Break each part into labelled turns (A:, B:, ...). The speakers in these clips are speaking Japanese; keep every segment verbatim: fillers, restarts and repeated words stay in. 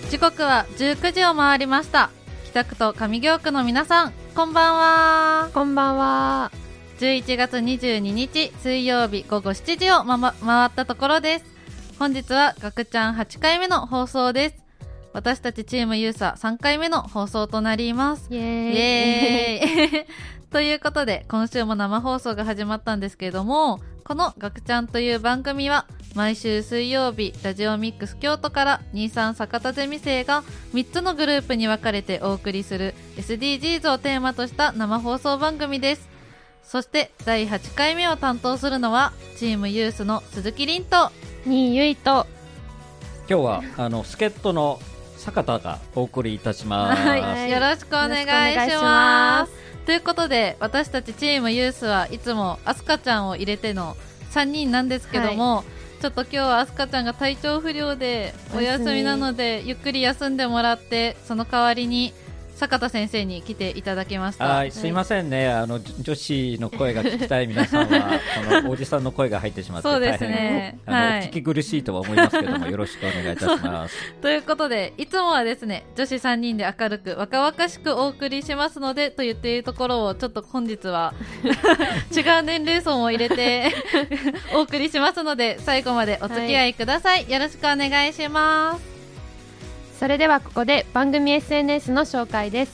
A: 時刻はじゅうくじを回りました。北区と上京区の皆さん、こんばんは。
B: こんばんは。
A: じゅういちがつにじゅうににち水曜日午後しちじを、まま、回ったところです。本日はガクちゃんはちかいめの放送です。私たちチームユースはさんかいめの放送となります。
B: イエーイ、
A: イエーイということで今週も生放送が始まったんですけれども、このガクちゃんという番組は毎週水曜日ラジオミックス京都からにじゅうさん坂田ゼミ生がみっつのグループに分かれてお送りする エスディージーズ をテーマとした生放送番組です。そしてだいはちかいめを担当するのはチームユースの鈴木凛と
B: にゆいと、
C: 今日はあの助っ人の坂田がお送りいたします、
A: はい、よろしくお願いします。ということで私たちチームユースはいつもアスカちゃんを入れてのさんにんなんですけども、はい、ちょっと今日はアスカちゃんが体調不良でお休みなのでゆっくり休んでもらって、その代わりに坂田先生に来ていただきました。
C: はい、すいませんね、あの女子の声が聞きたい皆さんはこのおじさんの声が入ってしまって
A: そうですね、
C: 大変、はい、あのお聞き苦しいとは思いますけどもよろしくお願いいたします
A: ということでいつもはですね女子さんにんで明るく若々しくお送りしますのでと言っているところをちょっと本日は違う年齢層も入れてお送りしますので最後までお付き合いください、はい、よろしくお願いします。
B: それではここで番組 エスエヌエス の紹介です。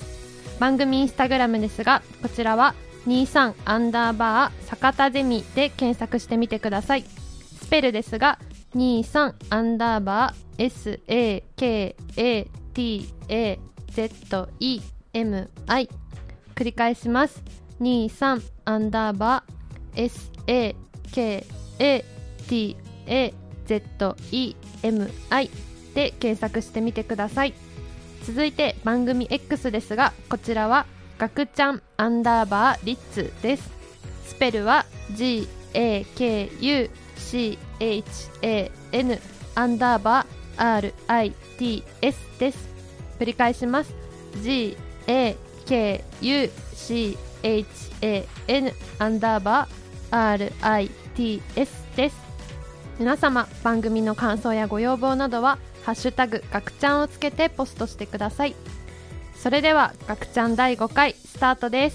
B: 番組インスタグラムですが、こちらはにじゅうさんアンダーバー坂田ゼミで検索してみてください。スペルですがにじゅうさんアンダーバー エスエーケーエーティーエーゼットイーエムアイ 繰り返します。にじゅうさんアンダーバー エスエーケーエーティーエーゼットイーエムアイで検索してみてください。続いて番組 X ですが、こちらはガクちゃんアンダーバーリッツです。スペルは ジーエーケーユーシーエイチエーエヌ アンダーバー アールアイティーエス です。繰り返します。 ジーエーケーユーシーエイチエーエヌ アンダーバー アールアイティーエス です。皆様番組の感想やご要望などはハッシュタグガクちゃんをつけてポストしてください。それではガクちゃんだいごかいスタートです。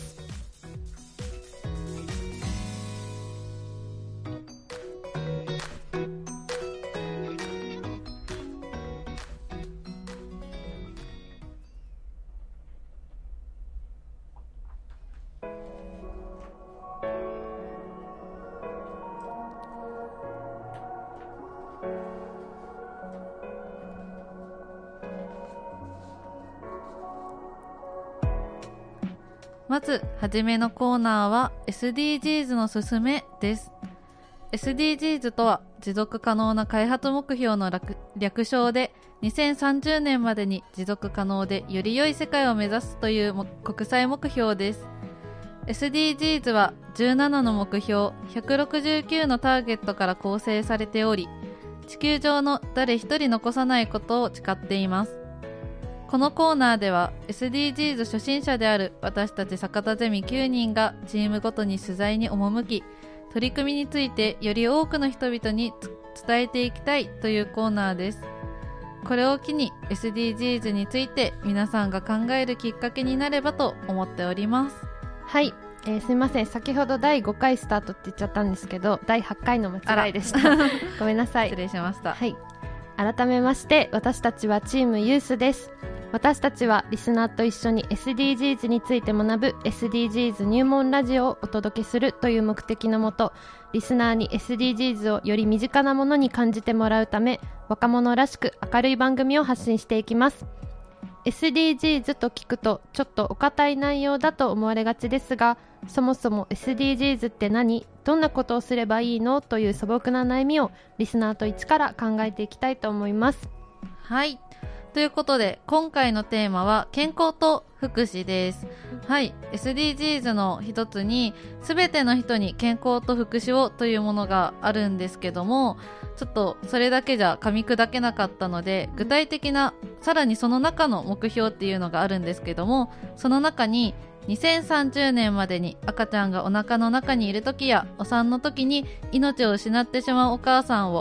A: まずはじめのコーナーは エスディージーズ のすすめです。 エスディージーズ とは持続可能な開発目標の略称で、にせんさんじゅうねんまでに持続可能でより良い世界を目指すという国際目標です。 エスディージーズ はじゅうななの目標ひゃくろくじゅうきゅうのターゲットから構成されており、地球上の誰一人残さないことを誓っています。このコーナーでは エスディージーズ 初心者である私たち坂田ゼミきゅうにんがチームごとに取材に赴き、取り組みについてより多くの人々に伝えていきたいというコーナーです。これを機に エスディージーズ について皆さんが考えるきっかけになればと思っております。
B: はい、えー、すいません、先ほどだいごかいスタートって言っちゃったんですけどだいはちかいの間違いでしたごめんなさい、
A: 失礼しました。
B: はい、改めまして私たちはチームユースです。私たちはリスナーと一緒に エスディージーズ について学ぶ エスディージーズ 入門ラジオをお届けするという目的のもと、リスナーに エスディージーズ をより身近なものに感じてもらうため、若者らしく明るい番組を発信していきます。 エスディージーズ と聞くとちょっとお堅い内容だと思われがちですが、そもそも エスディージーズ って何、どんなことをすればいいのという素朴な悩みをリスナーと一から考えていきたいと思います。
A: はい、ということで今回のテーマは健康と福祉です。はい、エスディージーズ の一つにすべての人に健康と福祉をというものがあるんですけども、ちょっとそれだけじゃ噛み砕けなかったので、具体的なさらにその中の目標っていうのがあるんですけども、その中ににせんさんじゅうねんまでに赤ちゃんがお腹の中にいる時やお産の時に命を失ってしまうお母さんを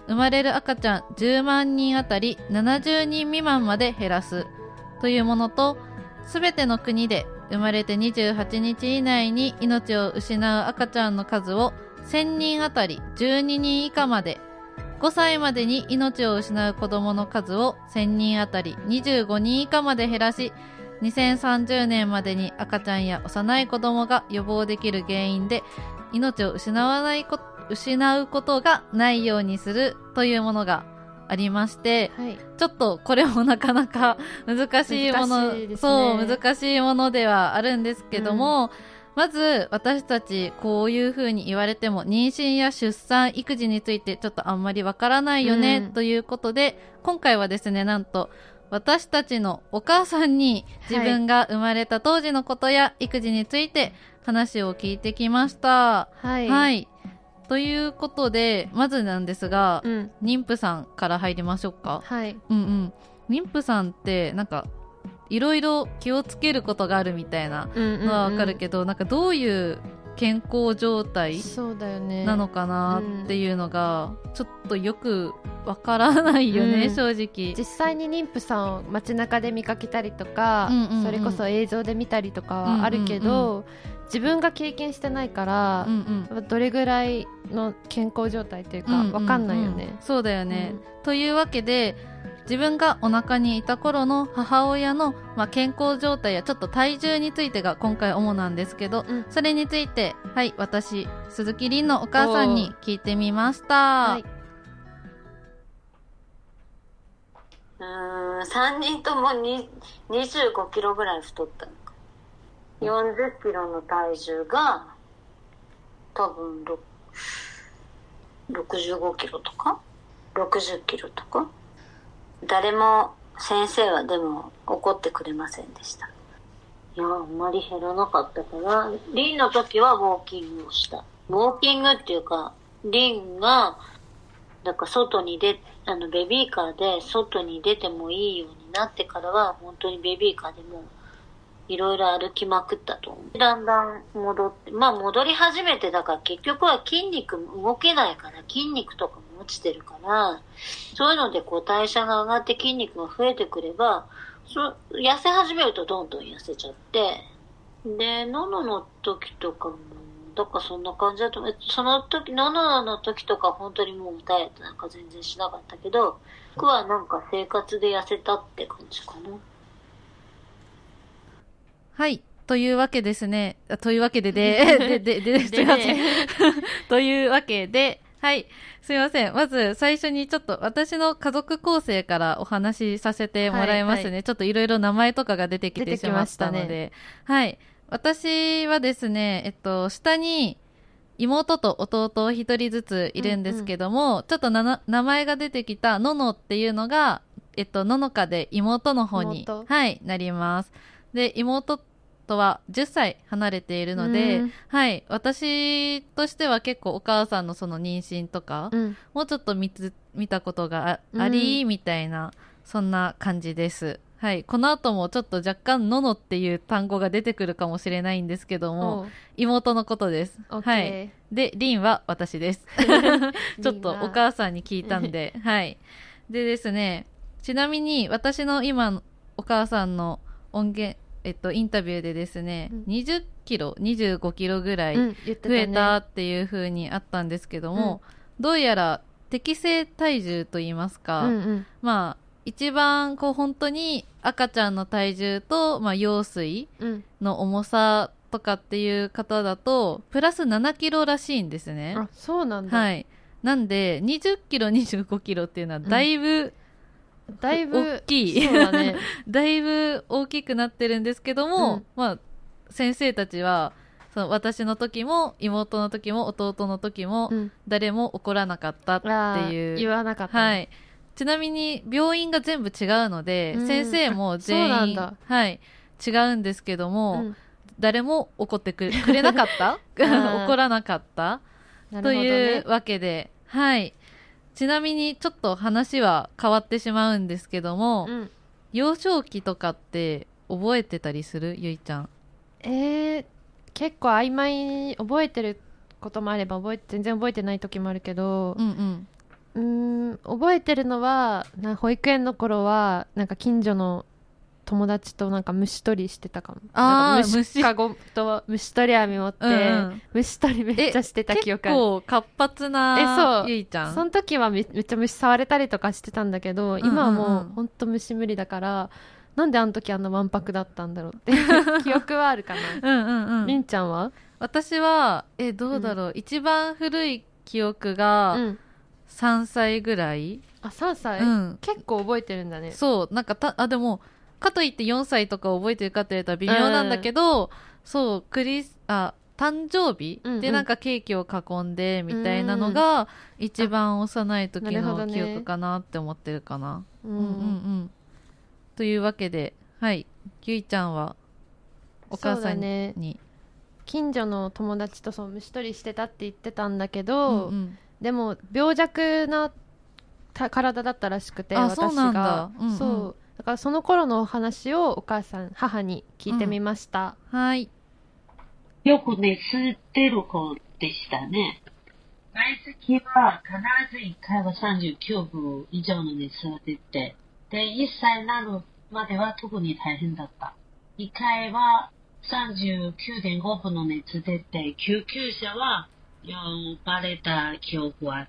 A: 生まれる赤ちゃんじゅうまんにんあたりななじゅうにん未満まで減らすというものと、すべての国で生まれてにじゅうはちにち以内に命を失う赤ちゃんの数をせんにんあたりじゅうににん以下まで、ごさいまでに命を失う子どもの数をせんにんあたりにじゅうごにん以下まで減らし、にせんさんじゅうねんまでに赤ちゃんや幼い子どもが予防できる原因で命を失わないこ失うことがないようにするというものがありまして、
B: はい、
A: ちょっとこれもなかなか難しいもの、
B: 難しいですね。
A: そう難しいものではあるんですけども、うん、まず私たちこういう風に言われても妊娠や出産育児についてちょっとあんまりわからないよね、うん、ということで、今回はですね、なんと私たちのお母さんに自分が生まれた当時のことや育児について話を聞いてきました。はい、はい、ということで、まずなんですが、うん、妊婦さんから入りましょうか。はい、うんうん、妊婦さんってなんかいろいろ気をつけることがあるみたいなのはわかるけど、うんうんうん、なんかどういう健康状態なのかなっていうのがちょっとよくわからないよね、うん、正直。
B: 実際に妊婦さんを街中で見かけたりとか、うんうんうん、それこそ映像で見たりとかはあるけど、うんうんうん、自分が経験してないから、うんうん、どれぐらいの健康状態というかわかんないよね、うんうんうん、
A: そうだよね、うん、というわけで自分がお腹にいた頃の母親の、まあ、健康状態やちょっと体重についてが今回主なんですけど、うん、それについて、はい、私鈴木凛のお母さんに聞いてみました。はい、
D: うーんさんにんともににじゅうごキロぐらい太ったのか。よんじゅっキロの体重が多分ろくじゅうごキロとかろくじゅっキロとか。誰も先生はでも怒ってくれませんでした。いやあんまり減らなかったから、リンの時はウォーキングをした。ウォーキングっていうか、リンがだから外に出あのベビーカーで外に出てもいいようになってからは本当にベビーカーでもいろいろ歩きまくったと思う。だんだん戻ってまあ戻り始めて、だから結局は筋肉も動けないから筋肉とかも落ちてるから、そういうのでこう代謝が上がって筋肉が増えてくれば、そ痩せ始めるとどんどん痩せちゃって、でノノの時とかもだからそんな感じだと思う。その時ノノの時とか本当にもうダイエットなんか全然しなかったけど、僕はなんか生活で痩せたって感じかな。
A: はい。というわけですね。というわけでで、で、で、で、すいません。というわけで、はい。すいません。まず最初にちょっと私の家族構成からお話しさせてもらいますね。はいはい、ちょっといろいろ名前とかが出てきてしまったので。ね、はい。私はですね、えっと、下に妹と弟一人ずついるんですけども、うんうん、ちょっとな名前が出てきたののっていうのが、えっと、ののかで妹の方に、はい、なります。で、妹とはじゅっさい離れているので、はい、私としては結構お母さんのその妊娠とか、うん、もうちょっと見つ見たことが あ,、あり、うん、みたいな、そんな感じです。はい、この後もちょっと若干ののっていう単語が出てくるかもしれないんですけども、妹のことです。はい。で、りんは私です。ちょっとお母さんに聞いたんで、はい。でですね、ちなみに私の今のお母さんの音源、えっと、インタビューでですね、うん、にじゅっキロ、にじゅうごキロぐらい増えたっていう風にあったんですけども、うん、どうやら適正体重といいますか、うんうん、まあ、一番こう本当に赤ちゃんの体重と、まあ、羊水の重さとかっていう方だと、プラスななキロらしいんですね。
B: あ、そうなんだ。
A: はい。なんで、にじゅっキロ、にじゅうごキロっていうのはだいぶ、
B: うん、だいぶ
A: 大きい。そうだね。だいぶ大きくなってるんですけども、うん、まあ、先生たちは、その私の時も妹の時も弟の時も誰も怒らなかったっていう、
B: うん、言わなかった、
A: はい。ちなみに病院が全部違うので、うん、先生も全員、はい、違うんですけども、うん、誰も怒ってく れ, くれなかった怒らなかったというわけで、はい。ちなみにちょっと話は変わってしまうんですけども、うん、幼少期とかって覚えてたりする？ゆいちゃん。
B: えー、結構曖昧に覚えてることもあれば覚え全然覚えてない時もあるけど、うんうん、 うーん覚えてるのはな保育園の頃はなんか近所の友達となんか虫取りしてたかも。
A: あー
B: なんか虫かごと虫取り網持って、
A: うんうん、
B: 虫取りめっちゃしてた記憶ある。
A: 結構活発
B: え
A: な
B: そう
A: ゆいちゃん。
B: その時は め, めっちゃ虫触れたりとかしてたんだけど、
A: うんうんうん、
B: 今はもうほんと虫無理だから、なんであの時あんなわんぱくだったんだろうっていう記憶はあるかな。
A: うんうんうん。
B: りんちゃんは？
A: 私はえどうだろう、うん、一番古い記憶がさんさいぐらい、
B: うん、あさんさい、
A: うん、
B: 結構覚えてるんだね。
A: そうなんかたあでもかといってよんさいとか覚えてるかって言われたら微妙なんだけど、うん、そうクリスあ誕生日、うんうん、でなんかケーキを囲んでみたいなのが一番幼い時の記憶かなって思ってるかな。うんうんうん、というわけで、はい、ゆいちゃんはお母さんに、ね、
B: 近所の友達とそう虫取りしてたって言ってたんだけど、うんうん、でも病弱な体だったらしくて、私が
A: そうなんだ、うんうん、
B: そうだからその頃のお話をお母さん母に聞いてみました、
A: うん、はい。
E: よく熱出る子でしたね。毎月は必ずいっかいはさんじゅうきゅうぶ以上の熱が出て、でいっさいになるまでは特に大変だった。いっかいは さんじゅうきゅうてんご 分の熱出て、救急車は呼ばれた記憶があって、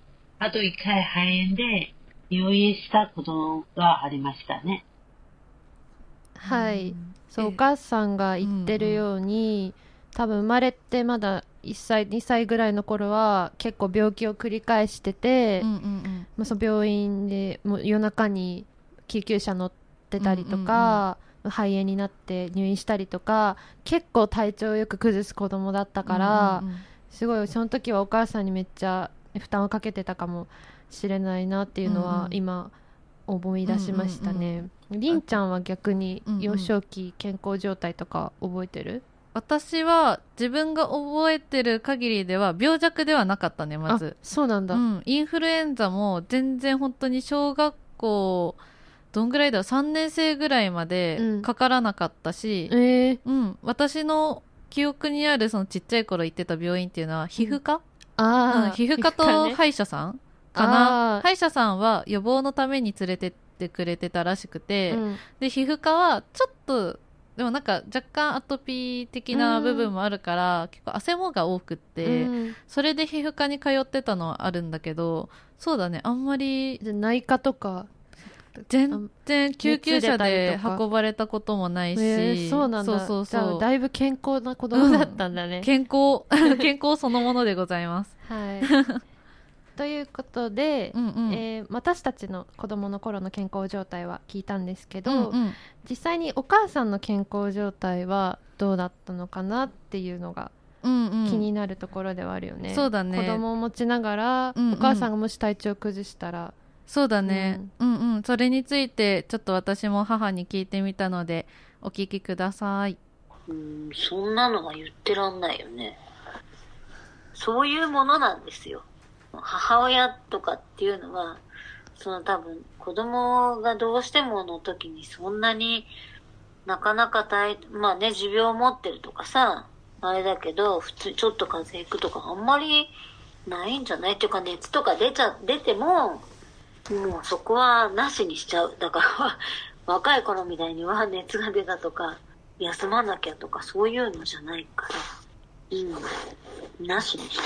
E: あといっかい肺炎で入院したことがありましたね。
B: はい、うん、そうお母さんが言ってるように、うんうん、多分生まれてまだいっさいにさいぐらいの頃は結構病気を繰り返してて、うんうんうんまあ、その病院でもう夜中に救急車乗ってたりとか、うんうんうん、肺炎になって入院したりとか結構体調をよく崩す子供だったから、うんうんうん、すごいその時はお母さんにめっちゃ負担をかけてたかもしれないなっていうのは今思い出しましたね、うんうんうん、りんちゃんは逆に幼少期健康状態とか覚えてる？
A: 私は自分が覚えてる限りでは病弱ではなかったね。まず
B: そうなんだ、
A: うん、インフルエンザも全然本当に小学校どんぐらいだろうさんねんせいぐらいまでかからなかったし、うんえーうん、私の記憶にあるそのちっちゃい頃行ってた病院っていうのは皮膚科、うんあうん、皮膚科と歯医者さんかな。歯医者さんは予防のために連れてってくれてたらしくて、うん、で皮膚科はちょっとでもなんか若干アトピー的な部分もあるから、うん、結構汗もが多くって、うん、それで皮膚科に通ってたのはあるんだけど、そうだねあんまり
B: 内科とか
A: 全然救急車で運ばれたこともないし、え
B: ー、そうなんだ。
A: そうそうそう。
B: だいぶ健康な子供だったんだね、うん、
A: 健康健康そのものでございます
B: はいということで、うんうんえー、私たちの子供の頃の健康状態は聞いたんですけど、うんうん、実際にお母さんの健康状態はどうだったのかなっていうのが気になるところではあるよね、うんうん、そうだね。子供を持ちながら、うんうん、お母さんがもし体調を崩したら
A: そうだね、うん、うんうんそれについてちょっと私も母に聞いてみたのでお聞きください。
D: うん、そんなのは言ってらんないよね。そういうものなんですよ。母親とかっていうのはその多分子供がどうしてもの時にそんなになかなか大まあね持病を持ってるとかさあれだけど普通ちょっと風邪ひくとかあんまりないんじゃないっていうか熱とか出ちゃ出てももうそこはなしにしちゃう。だから若い頃みたいには熱が出たとか休まなきゃとかそういうのじゃないから、うん、なしにしちゃう。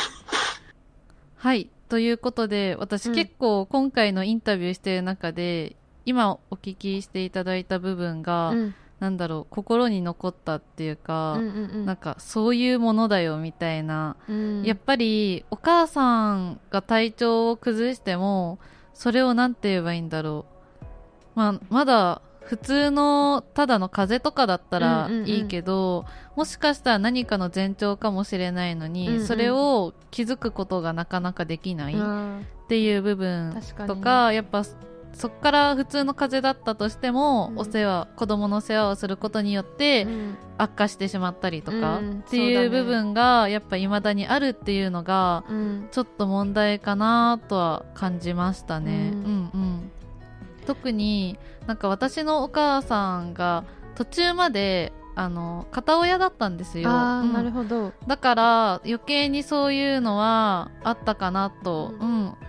A: はいということで私、うん、結構今回のインタビューしている中で今お聞きしていただいた部分が、うん、なんだろう心に残ったっていうか、うんうんうん、なんかそういうものだよみたいな、うん、やっぱりお母さんが体調を崩してもそれをなんて言えばいいんだろう、まあ、まだ普通のただの風邪とかだったらいいけど、うんうんうん、もしかしたら何かの前兆かもしれないのに、うんうん、それを気づくことがなかなかできないっていう部分と か, か、ね、やっぱそっから普通の風邪だったとしても、うん、お世話子供の世話をすることによって悪化してしまったりとか、うん、っていう部分がやっぱ未だにあるっていうのが、うん、ちょっと問題かなとは感じましたね、うんうんうん特になんか私のお母さんが途中まであの片親だったんですよ。
B: あ、うん、なるほど。
A: だから余計にそういうのはあったかなと、うんうん、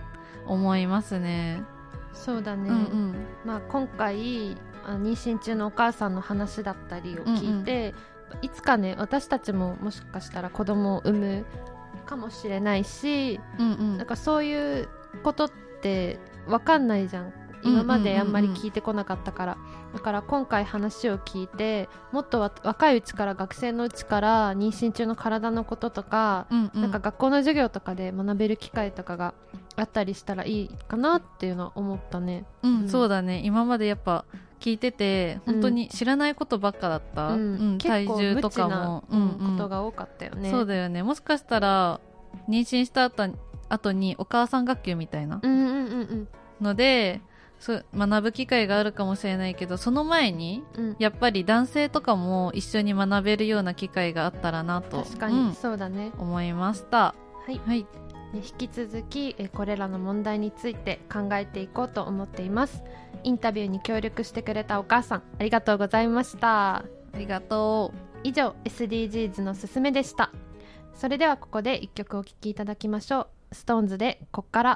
A: 思いますね。
B: そうだね、
A: うんうん、
B: まあ、今回あ妊娠中のお母さんの話だったりを聞いて、うんうん、いつかね私たちももしかしたら子供を産むかもしれないし、うんうん、なんかそういうことって分かんないじゃん、今まであんまり聞いてこなかったから、うんうんうんうん、だから今回話を聞いてもっと若いうちから学生のうちから妊娠中の体のこととか、うんうん、なんか学校の授業とかで学べる機会とかがあったりしたらいいかなっていうのは思ったね、
A: うんうん、そうだね。今までやっぱ聞いてて本当に知らないことばっかだった、うんうん、体重とかも、
B: うんうん、ことが多かったよね。
A: そうだよね。もしかしたら妊娠した後、後にお母さん学級みたいなので、そう学ぶ機会があるかもしれないけど、その前に、うん、やっぱり男性とかも一緒に学べるような機会があったらなと、
B: 確かに、うん、そうだね、
A: 思いました。
B: はい、はい、引き続きえこれらの問題について考えていこうと思っています。インタビューに協力してくれたお母さんありがとうございました。
A: ありがとう。
B: 以上 エスディージーズ のすすめでした。それではここでいっきょくお聴きいただきましょう。ストーンズでこっから。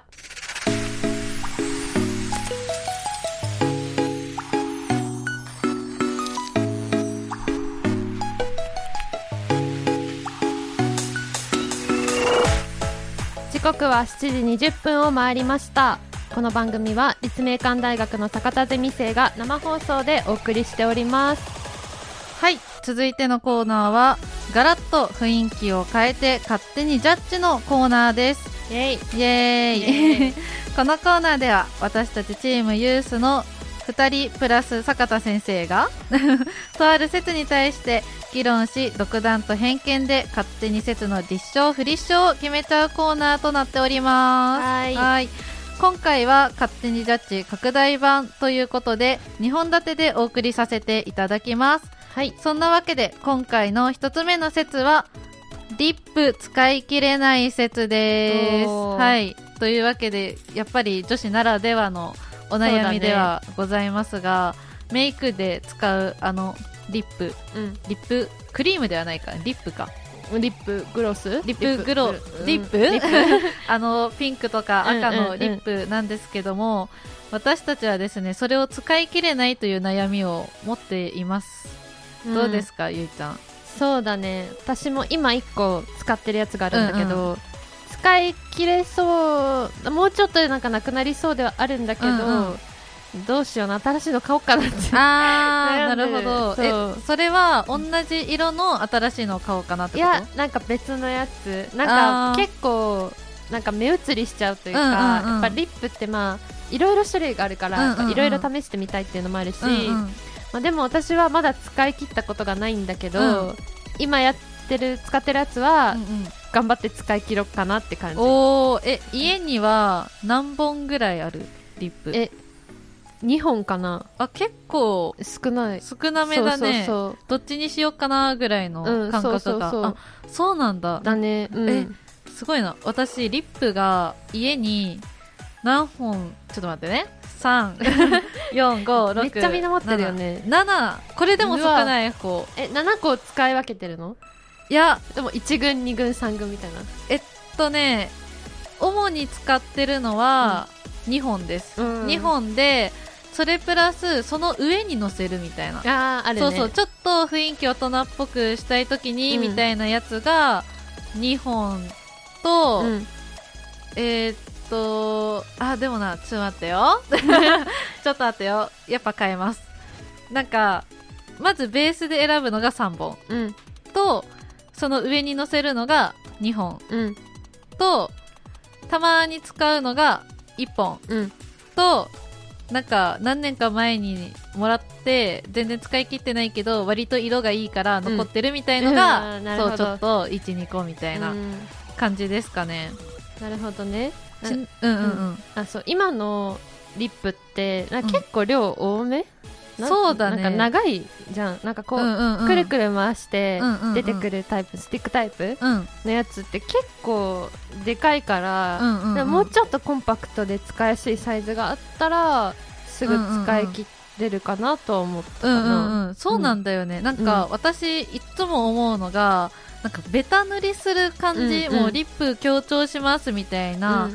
B: 時刻はしちじにじゅっぷんを回りました。この番組は立命館大学の高田ゼミ生が生放送でお送りしております。
A: はい、続いてのコーナーはガラッと雰囲気を変えて勝手にジャッジのコーナーです。
B: イエイ
A: イエーイ、イエーイこのコーナーでは私たちチームユースのふたりプラス坂田先生がとある説に対して議論し、独断と偏見で勝手に説の立証不立証を決めちゃうコーナーとなっております。
B: はい、
A: はい今回は勝手にジャッジ拡大版ということでにほん立てでお送りさせていただきます。
B: はい、
A: そんなわけで今回の一つ目の説はリップ使い切れない説です。はい、というわけでやっぱり女子ならではのお悩みではございますが、ね、メイクで使うあのリップ、うん、リップクリームではないかリップか
B: リップグロス
A: リップグロリップ、うん、あのピンクとか赤のリップなんですけども、うんうんうん、私たちはですねそれを使い切れないという悩みを持っています、うん、どうですかゆいちゃん。
B: そうだね、私も今いっこ使ってるやつがあるんだけど、うんうん、使い切れそうもうちょっとでなんかなくなりそうではあるんだけど、うんうんどうしような新しいの買おうかなって
A: あーなるほど。そえそれは同じ色の新しいのを買おうかなってこと？
B: いやなんか別のやつなんか結構なんか目移りしちゃうというか、うんうんうん、やっぱリップってまあいろいろ種類があるからいろいろ試してみたいっていうのもあるし、うんうんまあ、でも私はまだ使い切ったことがないんだけど、うん、今やってる使ってるやつは、うんうん、頑張って使い切ろうかなって感じ。
A: おーえ家には何本ぐらいあるリップ？
B: えにほんかな
A: あ結構
B: 少ない
A: 少なめだね。そうそうそうどっちにしようかなぐらいの感覚が、うん、そうそうそうあそうなんだ
B: だね、うん、
A: えすごいな。私リップが家に何本ちょっと待ってねさん、よん、ご、ろく
B: めっちゃみんな持ってるよね。
A: ななこれでも少ない方。
B: えななこ使い分けてるの？
A: いや
B: でもいち軍に軍さん軍みたいな。
A: えっとね主に使ってるのはにほんです、うん、にほんでそれプラスその上に乗せるみたいな
B: ああるね。
A: そうそうちょっと雰囲気大人っぽくしたいときに、うん、みたいなやつがにほんと、うん、えー、っとあでもなちょっと待ってよちょっと待ってよやっぱ変えます。なんかまずベースで選ぶのがさんぼん、うん、とその上に乗せるのがにほん、うん、とたまに使うのがいっぽん、うん、となんか何年か前にもらって全然使い切ってないけど割と色がいいから残ってるみたいのが、うん、そうちょっと いち、にこみたいな感じですかね。
B: なるほどね。
A: うんうんうん、
B: あそう今のリップってなんか結構量多め、
A: うん、そうだね。
B: なんか長いじゃん。なんかこう、うんうんうん、くるくる回して出てくるタイプ、うんうんうん、スティックタイプのやつって結構でかいから、うんうんうん、もうちょっとコンパクトで使いやすいサイズがあったらすぐ使い切れるかなと思ったかな、うんうんうん、
A: そうなんだよね、うん、なんか私いつも思うのがなんかベタ塗りする感じ、うんうん、もうリップ強調しますみたいな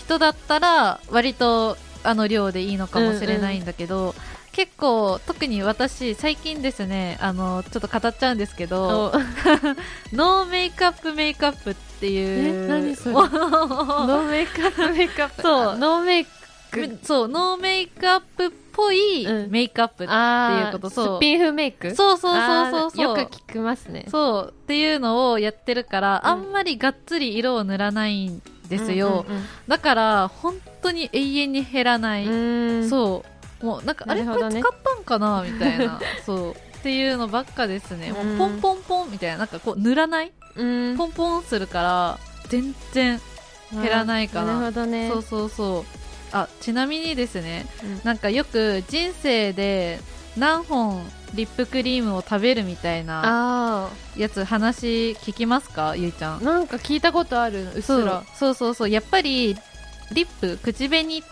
A: 人だったら割とあの量でいいのかもしれないんだけど、うんうん、結構特に私最近ですね、あのちょっと語っちゃうんですけどノーメイクアップメイクアップっていう
B: え何それノーメイクアップメイクアップ
A: そう
B: ノーメイク
A: そうノーメイクアップっぽいメイクアップっていうこと、うん、そう
B: スピンフメイク
A: そうそうそうそうそう
B: よく聞きますね。
A: そうっていうのをやってるから、うん、あんまりがっつり色を塗らないんですよ、うんうんうん、だから本当に永遠に減らない。そうもうなんか、ね、あれこれ使ったんかなみたいなそうっていうのばっかですね。もうポンポンポンみたいな、なんかこう塗らないポンポンするから全然減らないかな。
B: なるほどね。
A: そうそうそう。あちなみにですね、うん、なんかよく人生で何本リップクリームを食べるみたいなやつ話聞きますか、ゆいちゃん。
B: なんか聞いたことある、うっすら。
A: そうそうそう、やっぱりリップ口紅って、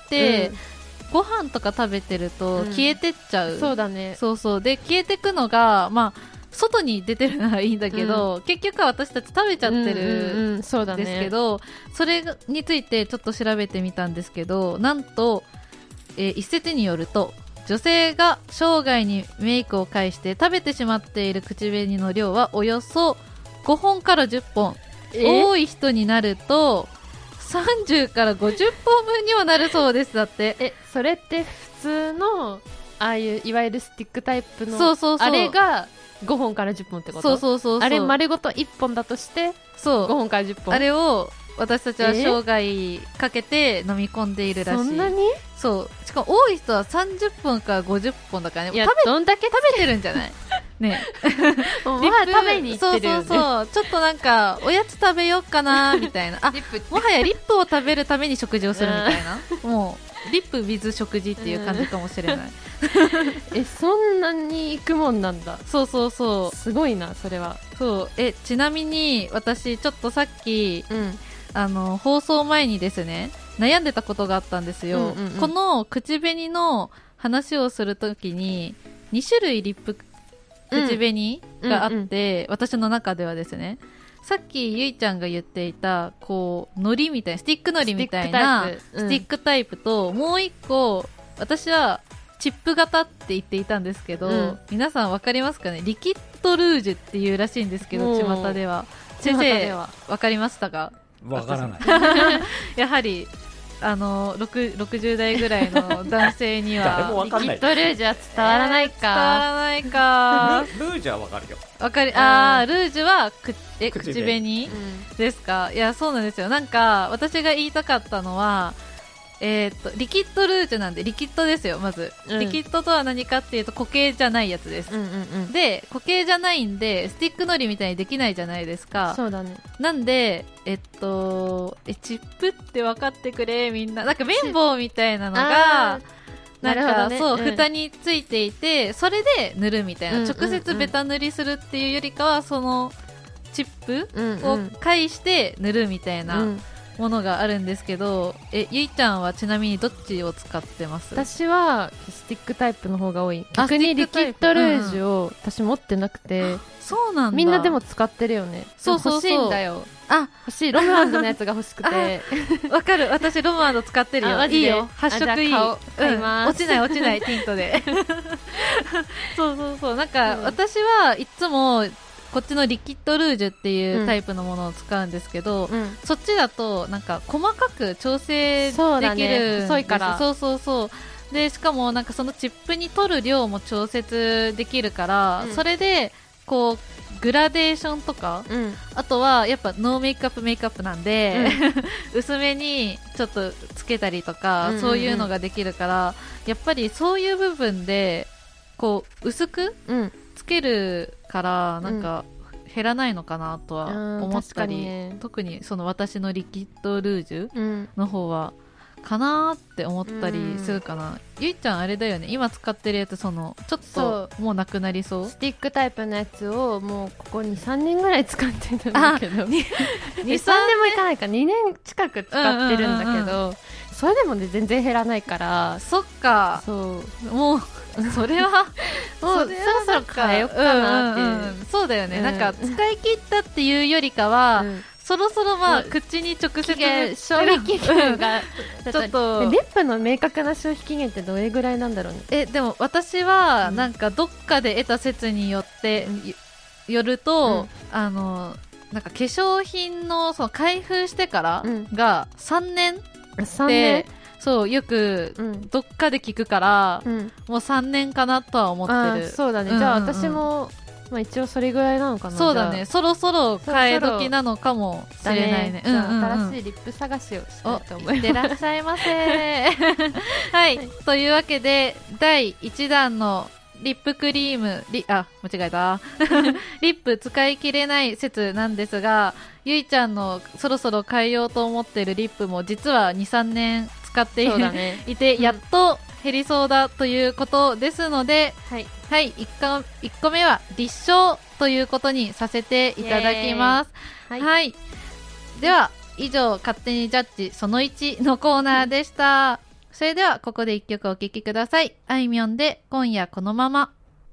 A: うん、ご飯とか食べてると消えてっちゃう、
B: うん、そうだね。
A: そうそうで消えてくのがまあ外に出てるならいいんだけど、うん、結局は私たち食べちゃってるんですけど、それについてちょっと調べてみたんですけど、なんと、えー、一説によると女性が生涯にメイクを介して食べてしまっている口紅の量はおよそごほんからじゅっぽん、多い人になるとさんじゅうからごじゅっぽんぶんにはなるそうです。だって
B: えそれって普通のああいういわゆるスティックタイプの
A: そうそうそう、
B: あれがごほんからじゅっぽんってこと？
A: そうそうそうそう、
B: あれ丸ごといっぽんだとして
A: そう
B: ごほんからじゅっぽん、
A: あれを私たちは生涯かけて飲み込んでいるらしい。
B: そんなに？
A: そうしかも多い人はさんじゅっぽんからごじゅっぽんだからね。
B: いや
A: 食べ
B: どんだけ
A: 食べてるんじゃないね
B: もうもはや食べに行ってるよね。
A: そうそうそうちょっとなんかおやつ食べようかなみたいなあもはやリップを食べるために食事をするみたいなもうリップ with 食事っていう感じかもしれない
B: えそんなに行くもんなんだ。
A: そうそうそう
B: すごいなそれは。
A: そうえちなみに私ちょっとさっき、
B: うん、
A: あの放送前にですね悩んでたことがあったんですよ、うんうんうん、この口紅の話をするときにに種類リップ口紅があって、うんうんうん、私の中ではですねさっきゆいちゃんが言っていたこうのりみたいなスティックのりみたいなスティックタイプと、うん、もう一個私はチップ型って言っていたんですけど、うん、皆さんわかりますかね。リキッドルージュっていうらしいんですけど巷では。先生わかりましたか？
C: わからない
A: やはりあのろくじゅう代ぐらいの男性には
C: リキッ
B: ドルージュは伝わらないか、
A: えー、伝わらないか
C: ル, ルージュはわかるよ。
A: わかりあールージュはくえ口紅、うん、ですか。いやそうなんですよ。なんか私が言いたかったのはえー、っとリキッドルージュなんでリキッドですよまず、うん、リキッドとは何かっていうと固形じゃないやつです、
B: うんうんうん、
A: で固形じゃないんでスティックのりみたいにできないじゃないですか。
B: そうだね。
A: なんでえっとえチップって分かってくれみんな。なんか綿棒みたいなのがなんか、ね、そう、うん、蓋についていてそれで塗るみたいな、うんうんうん、直接ベタ塗りするっていうよりかはそのチップを介して塗るみたいな、うんうんものがあるんですけど、えゆいちゃんはちなみにどっちを使ってます？
B: 私はスティックタイプの方が多い。逆にリキッドルージュを私持ってなくて、うん、
A: そうなんだ。
B: みんなでも使ってるよね。
A: そうそうそう
B: 欲しいんだよ。
A: あ
B: 欲しい。ロムアンドのやつが欲しくて
A: わかる。私ロムアンド使ってるよ。いいよ発色いい。
B: 買います、
A: うん、落ちない落ちないティントでそうそうそうなんか、うん、私はいつもこっちのリキッドルージュっていうタイプのものを使うんですけど、うん、そっちだとなんか細かく調整できるんです。
B: ね、細いから
A: そうそうそうでしかもなんかそのチップに取る量も調節できるから、うん、それでこうグラデーションとか、うん、あとはやっぱノーメイクアップメイクアップなんで、うん、薄めにちょっとつけたりとか、うんうんうん、そういうのができるからやっぱりそういう部分でこう薄く、うんつけるからなんか減らないのかなとは思ったり、うんね、特にその私のリキッドルージュの方はかなって思ったりするかな、うん、ゆいちゃんあれだよね今使ってるやつそのちょっともうなくなりそう
B: スティックタイプのやつをもうここにさんねんぐらい使ってるんだけどにさんねんもいかないかにねん近く使ってるんだけど、うんうんうんうん、それでもね全然減らないから
A: そっか
B: そう
A: もうそれは
B: もうそろそろ変えようかなっていう、
A: うんうんうん、そうだよね、うん、なんか使い切ったっていうよりかは、うん、 そろそろまあ
B: うん
A: 口に直接
B: 期限消費期限が
A: ちょっと
B: リップの明確な消費期限ってどれぐらいなんだろうね。
A: えでも私は
B: うん
A: なんかどっかで得た説によって、よよると、あのなんか化粧品のその開封してから
B: うん
A: がさんねんっ
B: さん
A: て、
B: ね
A: そうよく
B: んうん
A: どっかで聞くから、
B: うん
A: もうさんねんかなとは思って
B: あ
A: る。
B: ーそうだね、
A: うんうんうん
B: じゃあ私も、まあ、一応それぐらいなのかな。
A: そうだ
B: じゃあ
A: ねそろそろ替え時なのかもし
B: だ
A: れないね。
B: じゃあ
A: うんうんうん
B: 新しいリップ探しをしたいと思
A: おいって
B: います。
A: らっしゃいませはい、というわけでだいいちだんのリップクリームリあ間違えたリップ使い切れない説なんですが、ゆいちゃんのそろそろ変えようと思ってるリップも実は にさんねん使ってい
B: そうだね
A: いて、
B: うん
A: やっと減りそうだということですので、
B: はい
A: はい、いっこいっこめは立証ということにさせていただきます。
B: はい、
A: はい。では、以上、勝手にジャッジそのいちのコーナーでした。それでは、ここでいっきょくお聴きください。あいみょんで、今夜このまま。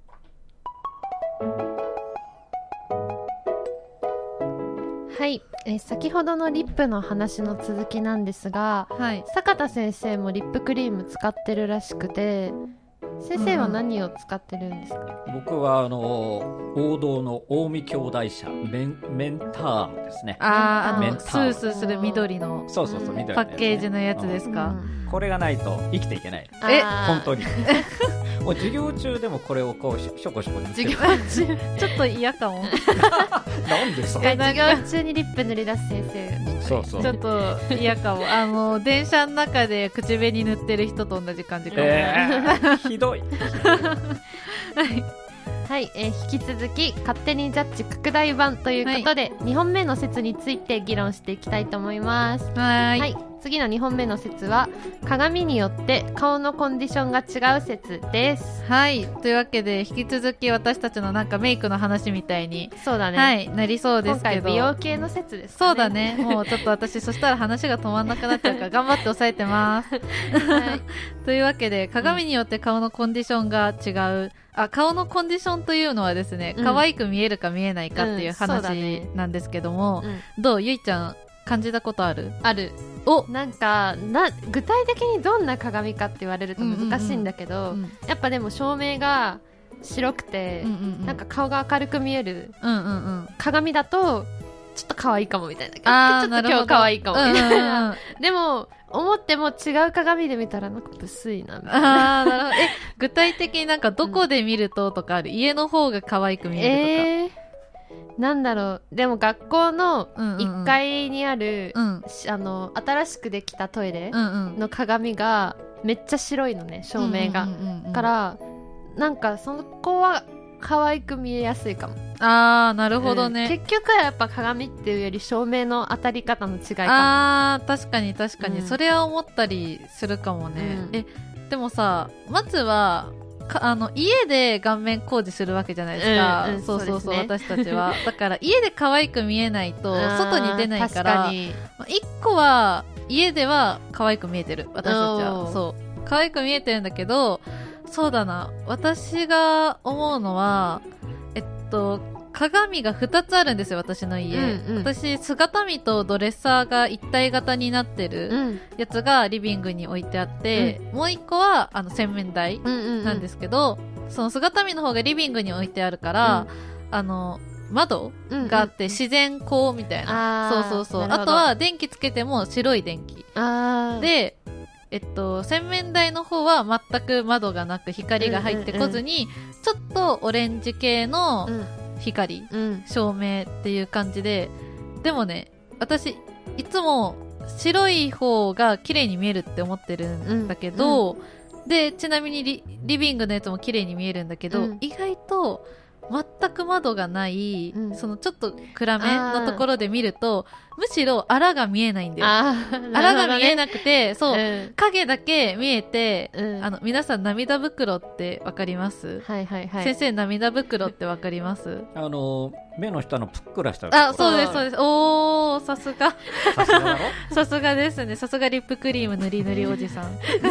B: はい、えー先ほどのリップの話の続きなんですが、
A: はい。
B: 坂田先生もリップクリーム使ってるらしくて、先生は何を使ってるんですか？
C: 僕はあの王道の近江兄弟社メンメンタールですね。
A: あー、あの、
C: メンタ
A: スースーする緑の
C: そうそうそう、緑の
A: パ
C: やつね
A: ッケージのやつですか。
B: うん
C: これがないと生きていけない。
A: え
B: あー
C: 本当に。もう授業中でもこれをこうししょこしょこ塗って
A: 授
C: る
A: 業中、ちょっと嫌かも。
C: なんでさ。
B: え授業中にリップ塗り出す先生。
C: そうそう
A: ち。ょっと嫌かも。あの、電車の中で口紅塗ってる人と同じ感じかも。
C: えー、ひどい。
A: はい。
B: はい、えー引き続き勝手にジャッジ拡大版ということで、にほんめの説について議論していきたいと思います。
A: はーい。
B: はい、次のにほんめの説は鏡によって顔のコンディションが違う説です。
A: はい。というわけで、引き続き私たちのなんかメイクの話みたいに、
B: そうだね、
A: はい、なりそうで
B: 今回
A: すけど。
B: 美容系の説ですかね。
A: そうだね。もうちょっと私、そしたら話が止まんなくなっちゃうから、頑張って抑えてます。
B: はい、
A: というわけで、鏡によって顔のコンディションが違う。あ、顔のコンディションというのはですね、
B: うん
A: 可愛く見えるか見えないかっていう
B: うんそうだ
A: 話
B: ね
A: なんですけども、
B: うん
A: どうゆいちゃん、感じたことある？
B: ある。
A: お
B: なんかな具体的にどんな鏡かって言われると難しいんだけど、
A: うん
B: やっぱでも照明が白くて、
A: うんうんうん
B: なんか顔が明るく見える
A: うんうんうん。
B: 鏡だとちょっと可愛いかもみたいな。
A: あー
B: ちょっと今日可愛いかもみたいな。
A: うんうんうん
B: でも思っても違う鏡で見たらなんかブスいなみたいな。
A: あー、なるほど。え、具体的になんかどこで見るととかある？家の方が可愛く見えるとか。
B: えー、なんだろう。でも学校の
A: うんうんうん
B: いっかいにある、
A: うん。
B: しあの新しくできたトイレ
A: うんうん。
B: の鏡がめっちゃ白いのね、照明が。
A: うんうんうんうん
B: か、らなんかそこは可愛く見えやすいかも。
A: あー、なるほど
B: うん
A: ね。
B: 結局はやっぱ鏡っていうより照明の当たり方の違いか
A: あー、確かに確かに、
B: うん
A: それは思ったりするかもね。
B: うん
A: え、でもさ、まずは、かあの家で顔面工事するわけじゃないですか、
B: うんうん
A: そうそうそう
B: そうです
A: 私たちはだから家で可愛く見えないと
B: も。
A: 外に出ないか
B: 確
A: ら
B: かに
A: まあ一個は家では可愛く見えてる私たちは
B: おー
A: そう可愛く見えてるんだけどそうだな私が思うのはえっと鏡がふたつあるんですよ私の家、
B: うんうん
A: 私姿見とドレッサーが一体型になってる
B: うん
A: やつがリビングに置いてあって、もう一個はあの洗面台
B: うんうんうん
A: なんですけど、その姿見の方がリビングに置いてあるから、あの窓
B: うん
A: があって自然光みたいな、
B: あー
A: そうそうそう
B: なるほど
A: あとは電気つけても白い電気
B: あー
A: でえっと洗面台の方は全く窓がなく光が入ってこずに、ちょっとオレンジ系の
B: うん
A: 光、
B: うん
A: 照明っていう感じででもね私いつも白い方が綺麗に見えるって思ってるんだけど、でちなみに リ, リビングのやつも綺麗に見えるんだけど、
B: うん
A: 意外と全く窓がない、
B: うん
A: そのちょっと暗めのところで見るとむしろあらが見えないんだよ
B: あ
A: あらが見え
B: な
A: なくてそう、
B: うん
A: 影だけ見えて、
B: うん
A: あの皆さん涙袋ってわかります、
B: はいはいはい
A: 先生涙袋ってわかります
C: あの目の下のぷっくらしたところ
A: あ、そうです、そうです。おー、さすが。
C: さすがだろ
A: さすがですね。さすがリップクリーム塗り塗りおじさん。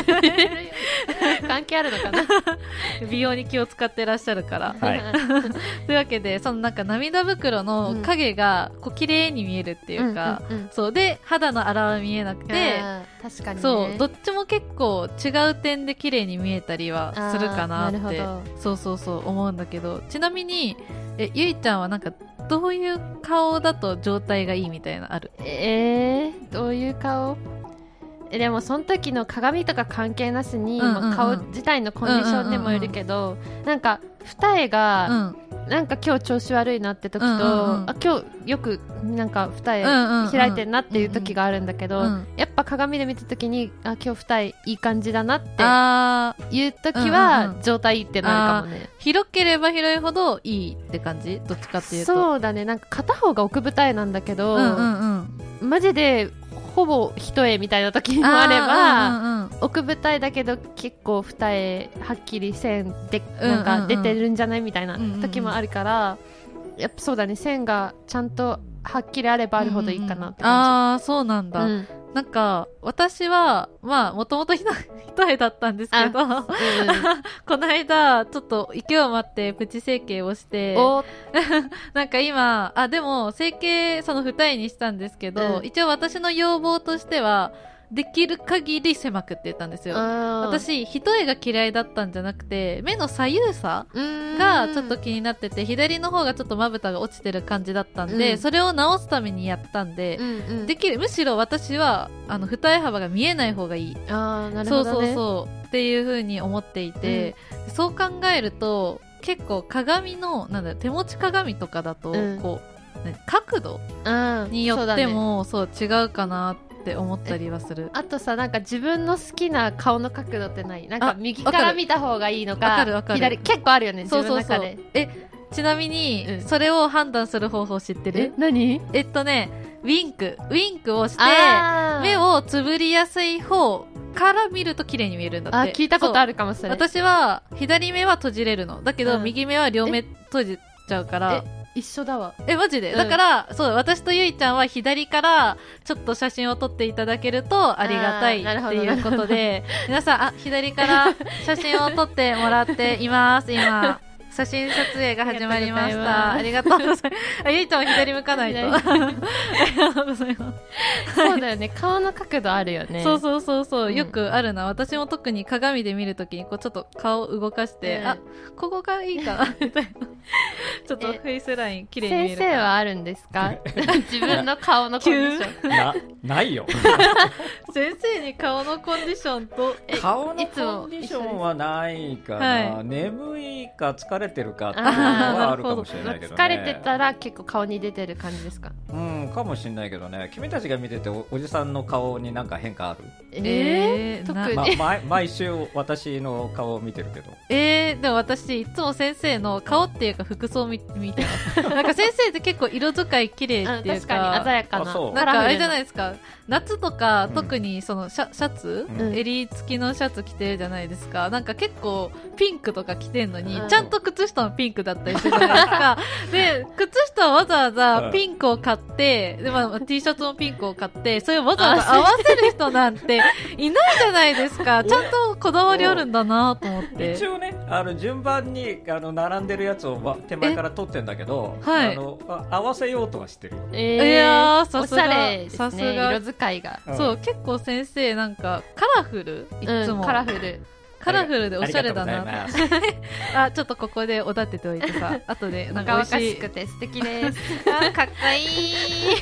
B: 関係あるのかな
A: 美容に気を使ってらっしゃるから。
C: はい
A: というわけで、そのなんか涙袋の影がこう綺麗に見えるっていういうか、
B: うんうんうん、
A: そうで肌の粗は見えなくて、
B: 確かにね、
A: そうどっちも結構違う点で綺麗に見えたりはするかなってそうそうそう思うんだけど、ちなみにえゆいちゃんはなんかどういう顔だと状態がいいみたいなある？
B: えー、どういう顔？えでもその時の鏡とか関係なしに、
A: うんうんうん、
B: 顔自体のコンディションでもよるけど、うんうんうん、なんか二重が、うんなんか今日調子悪いなって時と、うんうんうん、あ今日よくなんか二重開いてんなっていう時があるんだけど、うんうん、やっぱ鏡で見た時にあ今日二重いい感じだなっていう時は、うんうん、状態いいってなるかもね。
A: 広ければ広いほどいいって感じ？どっちかっていうと。
B: そうだね、なんか片方が奥二重なんだけど、
A: うんうんうん、
B: マジでほぼ一重みたいな時もあれば、うんうんうん、奥二重だけど結構二重はっきり線でなんか出てるんじゃないみたいな時もあるから、うんうんうん、やっぱそうだね、線がちゃんとはっきりあればあるほどいいかなって感じ、うんうん、
A: ああそうなんだ、うん、なんか私はまあもともと一重だったんですけど、うん、この間ちょっと勢い余ってプチ整形をしてなんか今あでも整形その二重にしたんですけど、うん、一応私の要望としてはできる限り狭くって言ったんですよ。私一重が嫌いだったんじゃなくて目の左右差がちょっと気になってて、左の方がちょっとまぶたが落ちてる感じだったんで、うん、それを直すためにやったんで、うんうん、できるむしろ私はあの二重幅が見えない方がいい。
B: あーなるほどね、
A: そうそうそうっていう風に思っていて、うん、そう考えると結構鏡のなんだ手持ち鏡とかだと、うん、こう角度によっても、うん、そう、ね、そう違うかなってって思ったりはする。
B: あとさ、なんか自分の好きな顔の角度ってない？なんか右から見た方がいいのか、
A: わかるわかる、
B: 左結構あるよね、自分の中で。そうそうそう、
A: えちなみに、うん、それを判断する方法知ってる？
B: え何？
A: えっとねウィンクウィンクをして目をつぶりやすい方から見ると綺麗に見えるんだって。
B: あ聞いたことあるかもしれない。
A: 私は左目は閉じれるのだけど、うん、右目は両目閉じちゃうから。
B: 一緒だわ。
A: えマジで、うん、だからそう私とゆいちゃんは左からちょっと写真を撮っていただけるとありがたいっていうことで皆さんあ左から写真を撮ってもらっています今写真撮影が始まりました。ありがとうございます。あゆいちゃんは左向かないと。ありがとうございます。
B: そうだよね。顔の角度あるよね。
A: そうそうそうそう、うん、よくあるな。私も特に鏡で見るときにこうちょっと顔動かして、うん、あここがいいかなみたいな。ちょっとフェイスライン綺麗に見える。
B: 先生はあるんですか？自分の顔のコンディション。
C: なないよ。
A: 先生に顔のコンディションと
C: 顔のコンディションはないかな。はい、眠いか疲れてるかっていうのはあるかもしれないけどね。
B: 疲れてたら結構顔に出てる感じですか？
C: うんかもしれないけどね。君たちが見てて お, おじさんの顔になんか変化ある？
B: えー、特に、
C: ま、毎週私の顔を見てるけど。
A: えー、でも私いつも先生の顔っていうか服装を 見, 見てます。なんか先生って結構色使い綺麗っていうか、
B: 確かに鮮やかな。
A: なんかあれじゃないですか。夏とか、うん、特にそのシ ャ, シャツ、うん、襟付きのシャツ着てるじゃないですか。なんか結構ピンクとか着てんのに、うん、ちゃんと靴下もピンクだったりするじゃないですか。で靴下はわざわざピンクを買って、でまあ、T シャツもピンクを買ってそれをわざわざ合わせる人なんていないじゃないですか。ちゃんとこだわりあるんだなと思って。
C: 一応ねあの順番にあの並んでるやつを手前から取ってんだけど、はい、あの合わせようとはしてるよ。
B: えー、いやさすがおしゃれですね。色使いが、
A: うん、そう結構先生なんかカラフルいつも、
B: うん、カラフル
A: カラフルでおしゃれだな。あちょっとここでおだてておいてさ後でなんか美味しい。
B: 若々しくて素敵です。
A: あかっこいい。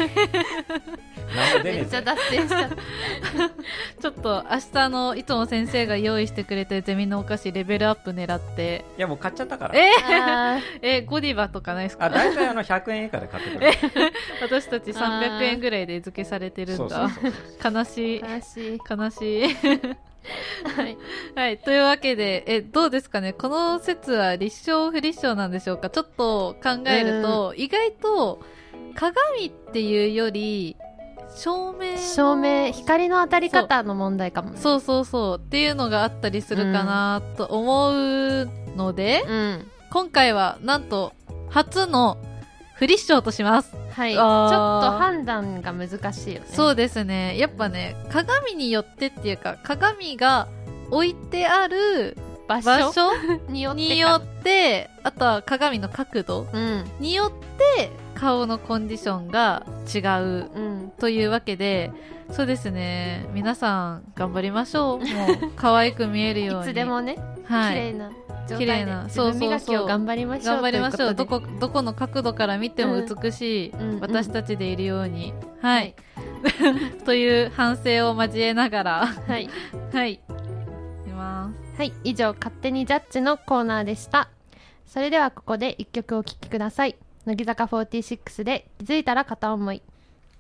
B: めっちゃ脱線しちゃった
A: ちょっと明日のいつも先生が用意してくれてるゼミのお菓子レベルアップ狙って。
C: いやもう買っちゃったから。
A: えー、えゴディバとかないですか？
C: あ大体あのひゃくえん以下で買ってくる。
A: 私たちさんびゃくえんぐらいで付けされてるんだ。そうそうそう悲しい
B: 悲しい
A: 悲しいはい、はい、というわけでえどうですかね、この説は立証不立証なんでしょうか。ちょっと考えると、意外と鏡っていうより照明
B: 照明光の当たり方の問題かも、ね、
A: そうそうそうっていうのがあったりするかなと思うので、うん、今回はなんと初の不立証とします。
B: はい、ちょっと判断が難しいよね。
A: そうですね。やっぱね鏡によってっていうか鏡が置いてある
B: 場所
A: 場所
B: によってか
A: によってあとは鏡の角度
B: うん
A: によって顔のコンディションが違う
B: うん
A: というわけで、そうですね、皆さん頑張りましょう。もう可愛く見えるように
B: いつでもね、
A: はい、
B: 綺麗な状
A: 綺麗
B: 態で
A: な
B: 自分磨きを頑張りましょう。
A: 頑張りましょう。
B: というこ
A: どこどこの角度から見ても美しい、
B: うんうん
A: 私たちでいるように、はいという反省を交えながら
B: とではい
A: はいいきます。
B: はい、以上勝手にジャッジのコーナーでした。それではここで一曲お聴きください。乃木坂フォーティーシックスで気づいたら片思い。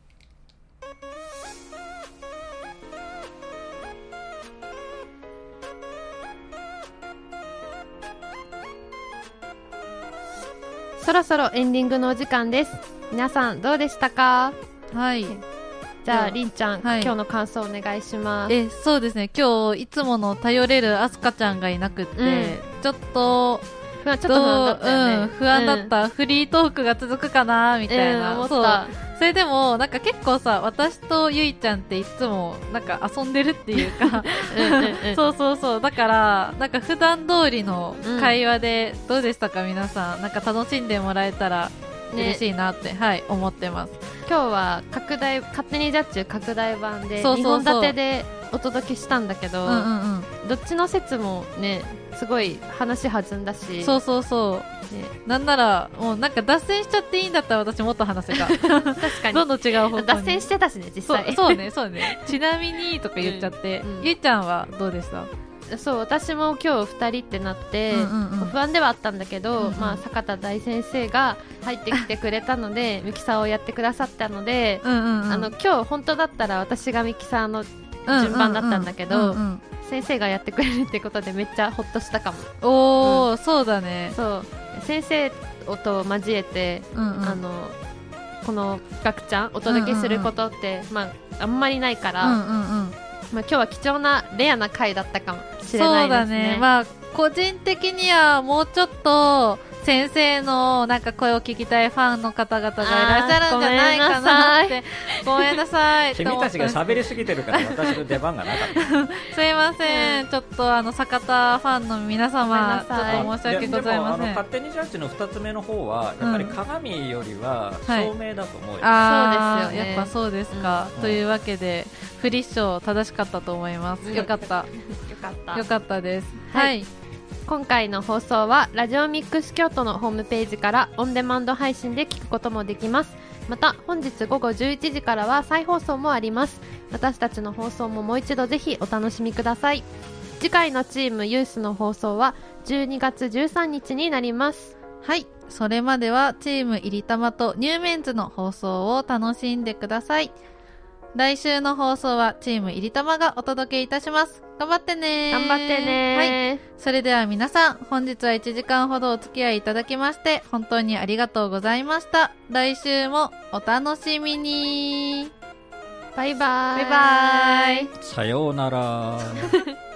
B: そろそろエンディングのお時間です。皆さんどうでしたか？
A: はい、
B: じゃ
A: では
B: ありんちゃん、
A: はい
B: 今日の感想お願いします。
A: えそうですね、今日いつもの頼れるあすかちゃんがいなくって、
B: うん
A: ちょっと
B: 不安ちょっと不安だったよね。
A: うん、不安だった、フリートークが続くかなみ
B: み
A: たいな、
B: 思っ
A: そう
B: た。
A: それでもなんか結構さ、私とゆいちゃんっていつもなんか遊んでるっていうか
B: うんうんうん
A: そうそうそう、だからなんか普段通りの会話でどうでしたか、皆さん。なんか楽しんでもらえたら嬉しいなって、はい思ってます。
B: 今日は拡大勝手にジャッジ拡大版で
A: そうそうそう
B: にほん立てでお届けしたんだけど、
A: うんうんうん
B: どっちの説もねすごい話弾んだし、
A: そうそうそう、
B: ね、
A: なんならもうなんか脱線しちゃっていいんだったら私もっと話せた
B: 確かに
A: どんどん違う方向に
B: 脱線してたしね実
A: そう
B: 際
A: そうねそうねちなみにとか言っちゃって、
B: うんうん
A: ゆいちゃんはどうでした？
B: そう私も今日ふたりってなって、
A: うんうんうん
B: 不安ではあったんだけど、
A: うんうん
B: まあ、坂田大先生が入ってきてくれたのでミキサーをやってくださったので、
A: うんうんうん
B: あの今日本当だったら私がミキサーの順番だったんだけど
A: うんうんうん
B: 先生がやってくれるってことでめっちゃほっとしたかも。
A: おー、そうだね。
B: そう先生と交えて、
A: うんうん
B: あのこのガクちゃんお届けすることって、まあ、あんまりないから、
A: うんうんうん
B: まあ、今日は貴重なレアな回だったかもしれ
A: そう
B: ないです
A: だね。
B: ね。
A: まあ個人的にはもうちょっと先生のなんか声を聞きたいファンの方々がいらっしゃるんじゃないかなってごめんなさい
C: 君たちが喋りすぎてるから私の出番がなかった
A: すいません、ちょっとあの坂田ファンの皆様ちょ
B: ごめんなさい
A: っと申し訳ございません。
C: でもあの勝手にジャッジのふたつめの方はやっぱり鏡よりは
A: はい
C: 照明だと思うよ、
A: あー
B: そうですよね
A: やっぱそうですか、
C: うん
A: というわけでフリッショ正しかったと思います。よかった
B: よかった
A: よかったです。
B: はい
A: はい、
B: 今回の放送はラジオミックス京都のホームページからオンデマンド配信で聞くこともできます。また本日午後じゅういちじからは再放送もあります。私たちの放送ももう一度ぜひお楽しみください。次回のチームユースの放送はじゅうにがつじゅうさんにちになります。
A: はい、それまではチームいりたまとニューメンズの放送を楽しんでください。来週の放送はチームいりたまがお届けいたします。頑張ってね。
B: 頑張ってね。
A: はい、それでは皆さん、本日はいちじかんほどお付き合いいただきまして本当にありがとうございました。来週もお楽しみに。
B: バイバイ。
A: バイバイ。
C: さようなら